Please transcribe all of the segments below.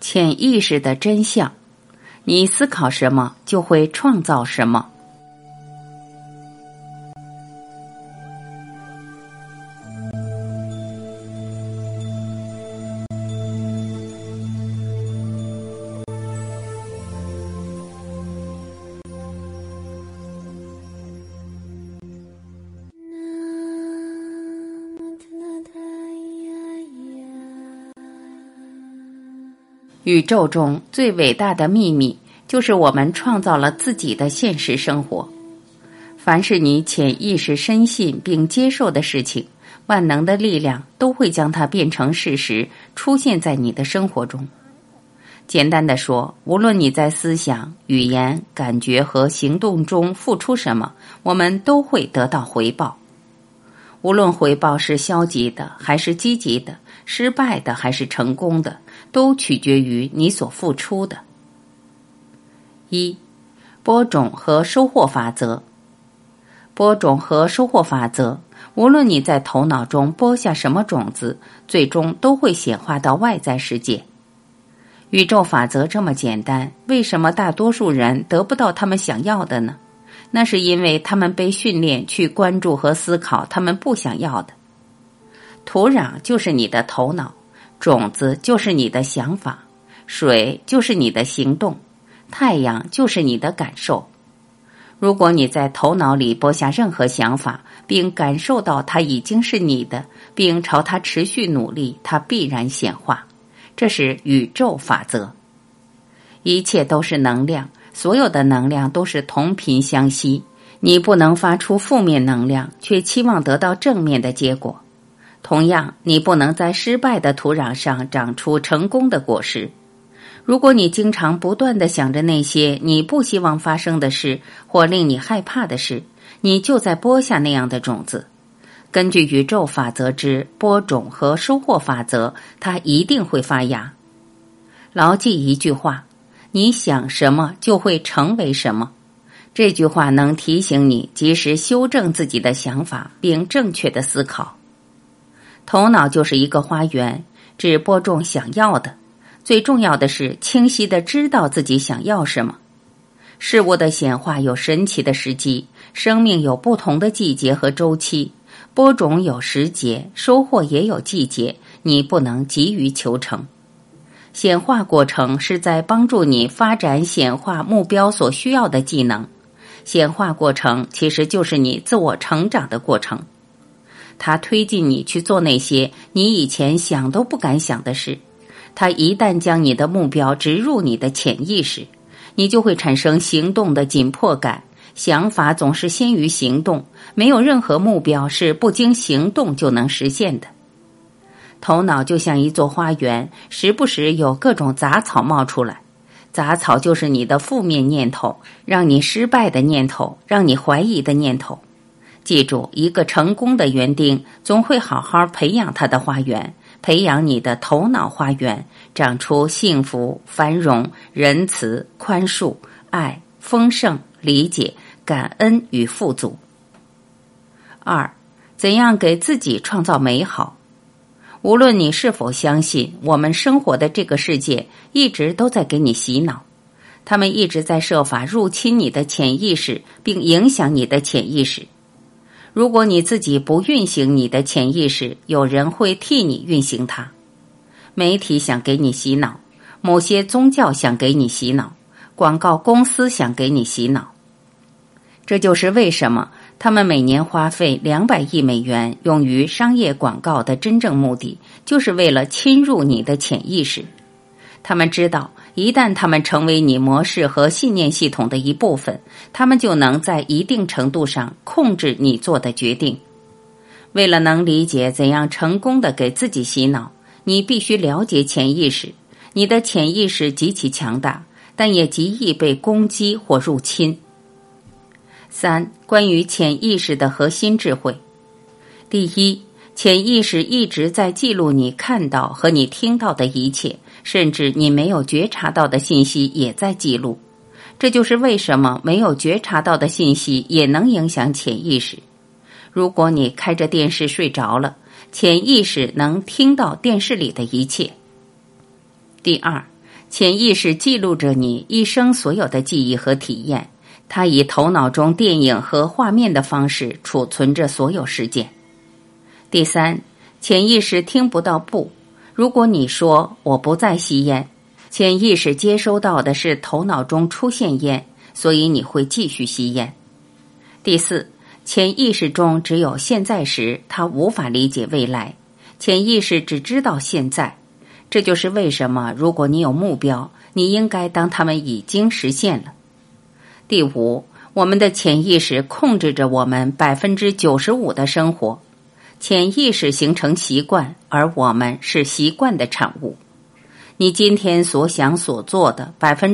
潜意识的真相，你思考什么，就会创造什么。宇宙中最伟大的秘密，就是我们创造了自己的现实生活。凡是你潜意识深信并接受的事情，万能的力量都会将它变成事实，出现在你的生活中。简单的说，无论你在思想、语言、感觉和行动中付出什么，我们都会得到回报。无论回报是消极的还是积极的，失败的还是成功的，都取决于你所付出的。一、播种和收获法则。播种和收获法则，无论你在头脑中播下什么种子，最终都会显化到外在世界。宇宙法则这么简单，为什么大多数人得不到他们想要的呢？那是因为他们被训练去关注和思考他们不想要的。土壤就是你的头脑，种子就是你的想法，水就是你的行动，太阳就是你的感受。如果你在头脑里播下任何想法，并感受到它已经是你的，并朝它持续努力，它必然显化。这是宇宙法则。一切都是能量，所有的能量都是同频相吸，你不能发出负面能量，却期望得到正面的结果。同样，你不能在失败的土壤上长出成功的果实。如果你经常不断地想着那些你不希望发生的事或令你害怕的事，你就在播下那样的种子。根据宇宙法则之播种和收获法则，它一定会发芽。牢记一句话，你想什么就会成为什么。这句话能提醒你及时修正自己的想法，并正确的思考。头脑就是一个花园，只播种想要的。最重要的是清晰地知道自己想要什么。事物的显化有神奇的时机，生命有不同的季节和周期，播种有时节，收获也有季节，你不能急于求成。显化过程是在帮助你发展显化目标所需要的技能。显化过程其实就是你自我成长的过程。它推进你去做那些你以前想都不敢想的事。它一旦将你的目标植入你的潜意识，你就会产生行动的紧迫感。想法总是先于行动，没有任何目标是不经行动就能实现的。头脑就像一座花园，时不时有各种杂草冒出来。杂草就是你的负面念头，让你失败的念头，让你怀疑的念头。记住，一个成功的园丁总会好好培养他的花园，培养你的头脑花园，长出幸福、繁荣、仁慈、宽恕、爱、丰盛、理解、感恩与富足。二、怎样给自己创造美好？无论你是否相信，我们生活的这个世界一直都在给你洗脑，他们一直在设法入侵你的潜意识，并影响你的潜意识。如果你自己不运行你的潜意识，有人会替你运行它。媒体想给你洗脑，某些宗教想给你洗脑，广告公司想给你洗脑。这就是为什么他们每年花费200亿美元用于商业广告的真正目的，就是为了侵入你的潜意识。他们知道，一旦他们成为你模式和信念系统的一部分，他们就能在一定程度上控制你做的决定。为了能理解怎样成功地给自己洗脑，你必须了解潜意识。你的潜意识极其强大，但也极易被攻击或入侵。三、关于潜意识的核心智慧。第一，潜意识一直在记录你看到和你听到的一切，甚至你没有觉察到的信息也在记录。这就是为什么没有觉察到的信息也能影响潜意识。如果你开着电视睡着了，潜意识能听到电视里的一切。第二， 潜意识记录着你一生所有的记忆和体验，它以头脑中电影和画面的方式储存着所有事件。第三，潜意识听不到不。如果你说我不再吸烟，潜意识接收到的是头脑中出现烟，所以你会继续吸烟。第四，潜意识中只有现在时，它无法理解未来，潜意识只知道现在。这就是为什么如果你有目标，你应该当它们已经实现了。第五，我们的潜意识控制着我们95%的生活。潜意识形成习惯，而我们是习惯的产物。你今天所想所做的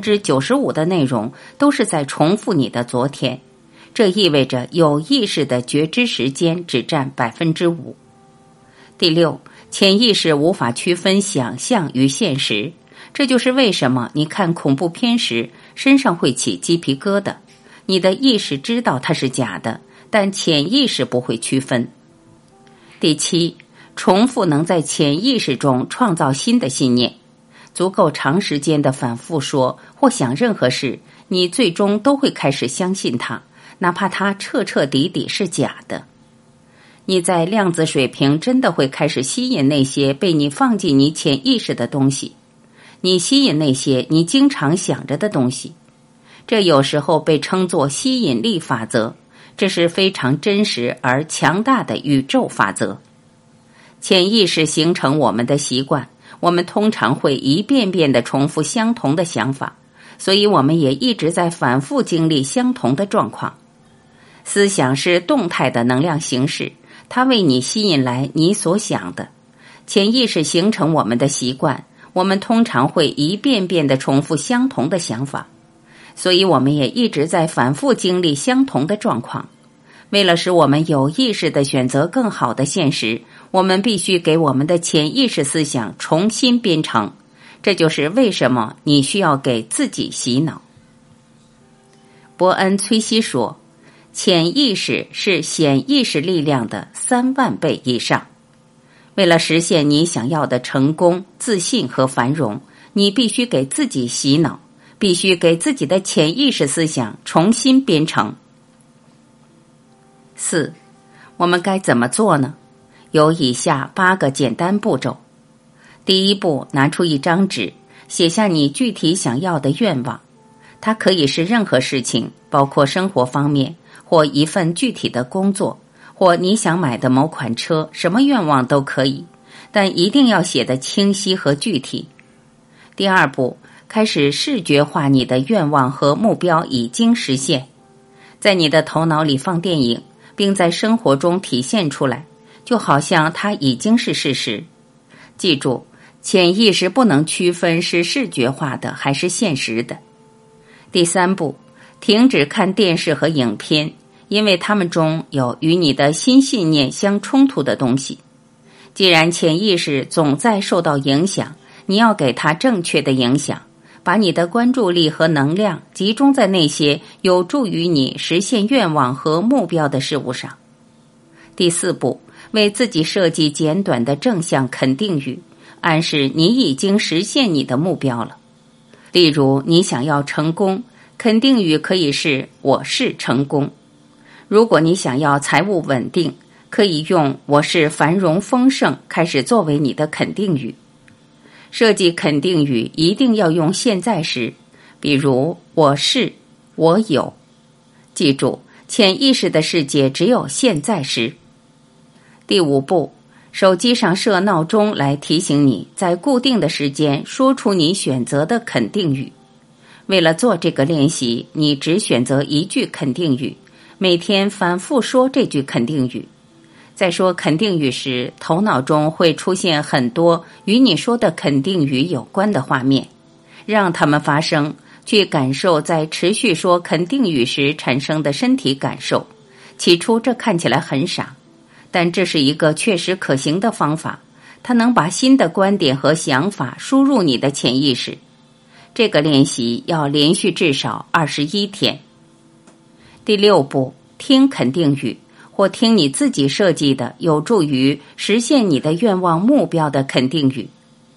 95%的内容都是在重复你的昨天，这意味着有意识的觉知时间只占5%。第六，潜意识无法区分想象与现实，这就是为什么你看恐怖片时身上会起鸡皮疙瘩。你的意识知道它是假的，但潜意识不会区分。第七，重复能在潜意识中创造新的信念。足够长时间的反复说或想任何事，你最终都会开始相信它，哪怕它彻彻底底是假的。你在量子水平真的会开始吸引那些被你放进你潜意识的东西，你吸引那些你经常想着的东西。这有时候被称作吸引力法则，这是非常真实而强大的宇宙法则。潜意识形成我们的习惯，我们通常会一遍遍地重复相同的想法，所以我们也一直在反复经历相同的状况。思想是动态的能量形式，它为你吸引来你所想的。潜意识形成我们的习惯，我们通常会一遍遍地重复相同的想法，所以我们也一直在反复经历相同的状况。为了使我们有意识地选择更好的现实，我们必须给我们的潜意识思想重新编程。这就是为什么你需要给自己洗脑。伯恩·崔西说，潜意识是显意识力量的3万倍以上。为了实现你想要的成功、自信和繁荣，你必须给自己洗脑，必须给自己的潜意识思想重新编程。4. 我们该怎么做呢？有以下8个简单步骤。第一步，拿出一张纸，写下你具体想要的愿望。它可以是任何事情，包括生活方面，或一份具体的工作，或你想买的某款车，什么愿望都可以，但一定要写得清晰和具体。第二步，开始视觉化你的愿望和目标已经实现，在你的头脑里放电影，并在生活中体现出来，就好像它已经是事实。记住，潜意识不能区分是视觉化的还是现实的。第三步，停止看电视和影片，因为它们中有与你的新信念相冲突的东西。既然潜意识总在受到影响，你要给它正确的影响，把你的关注力和能量集中在那些有助于你实现愿望和目标的事物上。第四步，为自己设计简短的正向肯定语，暗示你已经实现你的目标了。例如，你想要成功，肯定语可以是我是成功。如果你想要财务稳定，可以用我是繁荣丰盛开始作为你的肯定语。设计肯定语一定要用现在时，比如我是，我有。记住，潜意识的世界只有现在时。第五步，手机上设闹钟来提醒你在固定的时间说出你选择的肯定语。为了做这个练习，你只选择一句肯定语，每天反复说这句肯定语。在说肯定语时，头脑中会出现很多与你说的肯定语有关的画面，让它们发生，去感受在持续说肯定语时产生的身体感受。起初这看起来很傻，但这是一个确实可行的方法，它能把新的观点和想法输入你的潜意识。这个练习要连续至少21天。第六步，听肯定语，或听你自己设计的有助于实现你的愿望目标的肯定语。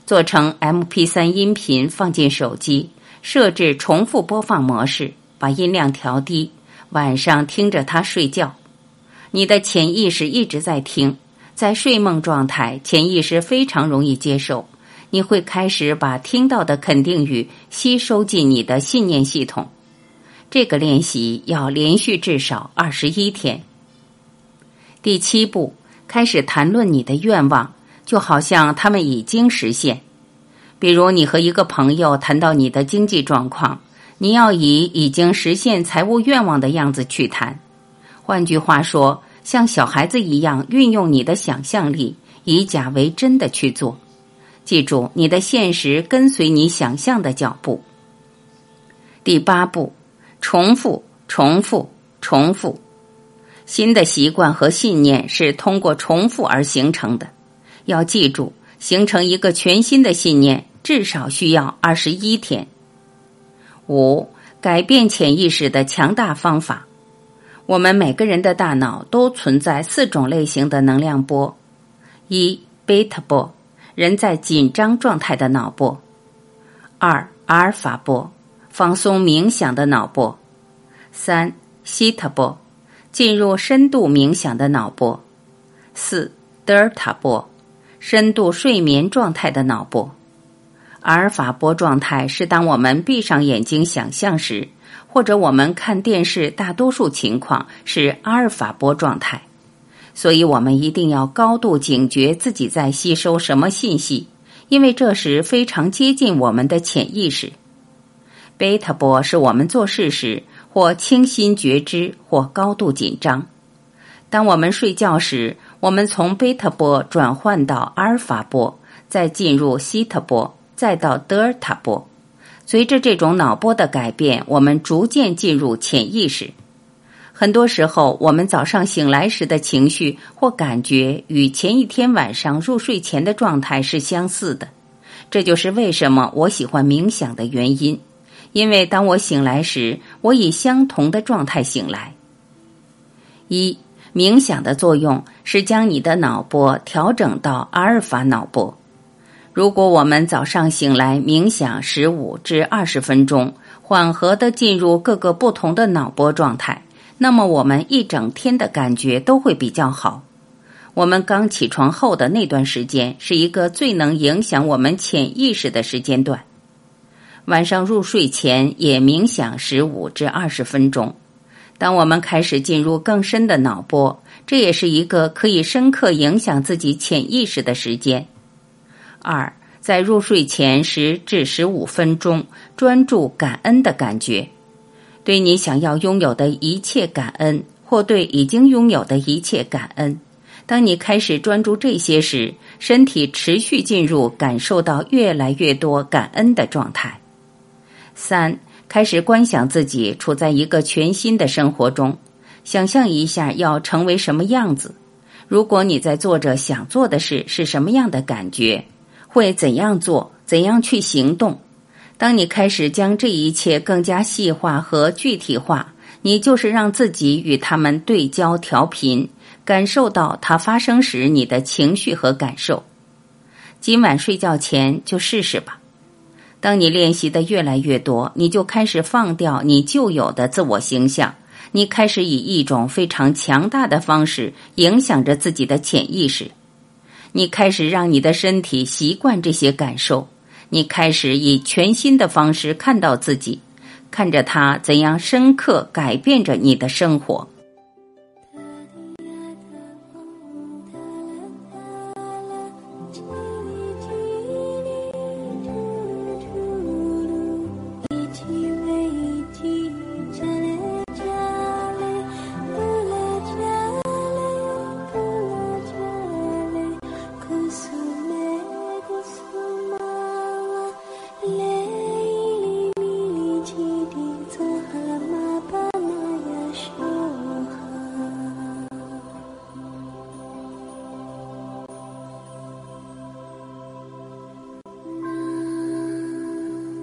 做成 MP3 音频放进手机，设置重复播放模式，把音量调低，晚上听着它睡觉。你的潜意识一直在听，在睡梦状态，潜意识非常容易接受，你会开始把听到的肯定语吸收进你的信念系统。这个练习要连续至少21天。第7步，开始谈论你的愿望，就好像他们已经实现。比如你和一个朋友谈到你的经济状况，你要以已经实现财务愿望的样子去谈。换句话说，像小孩子一样运用你的想象力，以假为真的去做。记住，你的现实跟随你想象的脚步。第8步，重复，重复，重复。新的习惯和信念是通过重复而形成的。要记住，形成一个全新的信念至少需要21天。5. 改变潜意识的强大方法。我们每个人的大脑都存在4种类型的能量波。1. 贝塔波，人在紧张状态的脑波。2. 阿尔法波，放松冥想的脑波。3. 西塔波，进入深度冥想的脑波。4. 德尔塔波，深度睡眠状态的脑波。阿尔法波状态是当我们闭上眼睛想象时，或者我们看电视，大多数情况是阿尔法波状态。所以我们一定要高度警觉自己在吸收什么信息，因为这时非常接近我们的潜意识。贝塔波是我们做事时或清心觉知或高度紧张。当我们睡觉时，我们从贝塔波转换到阿尔法波，再进入西塔波，再到德尔塔波。随着这种脑波的改变，我们逐渐进入潜意识。很多时候，我们早上醒来时的情绪或感觉与前一天晚上入睡前的状态是相似的。这就是为什么我喜欢冥想的原因，因为当我醒来时，我以相同的状态醒来。1. 冥想的作用是将你的脑波调整到阿尔法脑波。如果我们早上醒来冥想15至20分钟，缓和地进入各个不同的脑波状态，那么我们一整天的感觉都会比较好。我们刚起床后的那段时间是一个最能影响我们潜意识的时间段。晚上入睡前也冥想15至20分钟。当我们开始进入更深的脑波，这也是一个可以深刻影响自己潜意识的时间。2. 在入睡前10至15分钟，专注感恩的感觉。对你想要拥有的一切感恩，或对已经拥有的一切感恩。当你开始专注这些时，身体持续进入感受到越来越多感恩的状态。3. 开始观想自己处在一个全新的生活中，想象一下要成为什么样子。如果你在做着想做的事，是什么样的感觉？会怎样做？怎样去行动？当你开始将这一切更加细化和具体化，你就是让自己与它们对焦调频，感受到它发生时你的情绪和感受。今晚睡觉前就试试吧。当你练习的越来越多，你就开始放掉你旧有的自我形象，你开始以一种非常强大的方式影响着自己的潜意识。你开始让你的身体习惯这些感受，你开始以全新的方式看到自己，看着它怎样深刻改变着你的生活。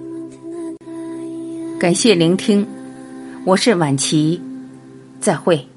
感谢聆听，我是婉琪，再会。